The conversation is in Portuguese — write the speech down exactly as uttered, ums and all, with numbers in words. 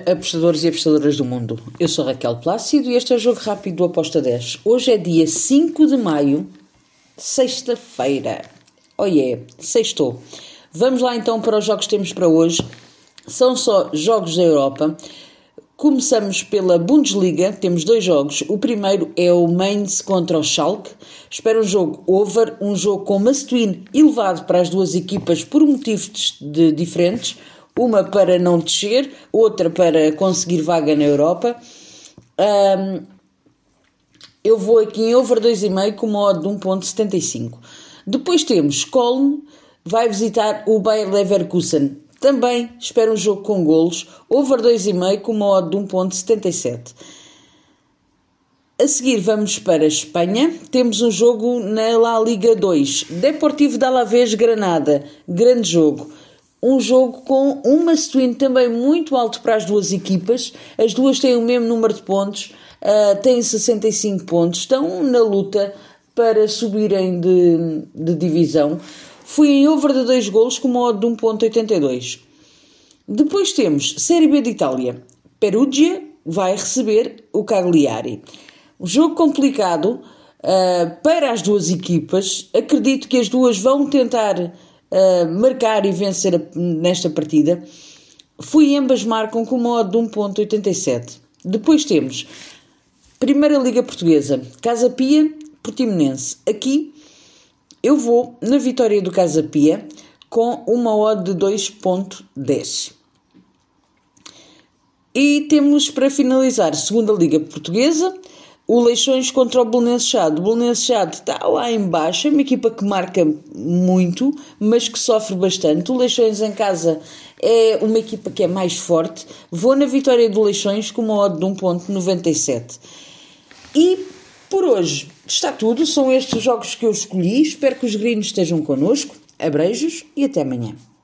apostadores e apostadoras do mundo. Eu sou Raquel Plácido e este é o Jogo Rápido do Aposta dez. Hoje é dia cinco de maio, sexta-feira. Oh yeah, sextou. Vamos lá então para os jogos que temos para hoje. São só jogos da Europa. Começamos pela Bundesliga, temos dois jogos. O primeiro é o Mainz contra o Schalke. Espero um jogo over, um jogo com must-win elevado para as duas equipas por motivos de, diferentes. Uma para não descer, outra para conseguir vaga na Europa. Um, eu vou aqui em over dois vírgula cinco com uma odd de um vírgula setenta e cinco. Depois temos Köln, vai visitar o Bayer Leverkusen. Também espero um jogo com golos, over dois vírgula cinco com uma odd de um vírgula setenta e sete. A seguir vamos para a Espanha, temos um jogo na La Liga dois, Deportivo de Alavés Granada, grande jogo. Um jogo com um must-win também muito alto para as duas equipas, as duas têm o mesmo número de pontos, uh, têm sessenta e cinco pontos, estão na luta para subirem de, de divisão. Fui em over de dois golos com uma odd de um vírgula oitenta e dois. Depois temos Série B de Itália. Perugia vai receber o Cagliari. Um jogo complicado uh, para as duas equipas. Acredito que as duas vão tentar uh, marcar e vencer a, nesta partida. Fui em ambas marcam com uma odd de um vírgula oitenta e sete. Depois temos Primeira Liga Portuguesa. Casa Pia, Portimonense. Aqui eu vou na vitória do Casa Pia com uma odd de dois vírgula dez. E temos para finalizar Segunda Liga Portuguesa, o Leixões contra o Belenenses Xade. O Belenenses Xade está lá em baixo, é uma equipa que marca muito, mas que sofre bastante. O Leixões em casa é uma equipa que é mais forte. Vou na vitória do Leixões com uma odd de um vírgula noventa e sete. E por hoje está tudo, são estes os jogos que eu escolhi. Espero que os gringos estejam connosco. Abreijos e até amanhã.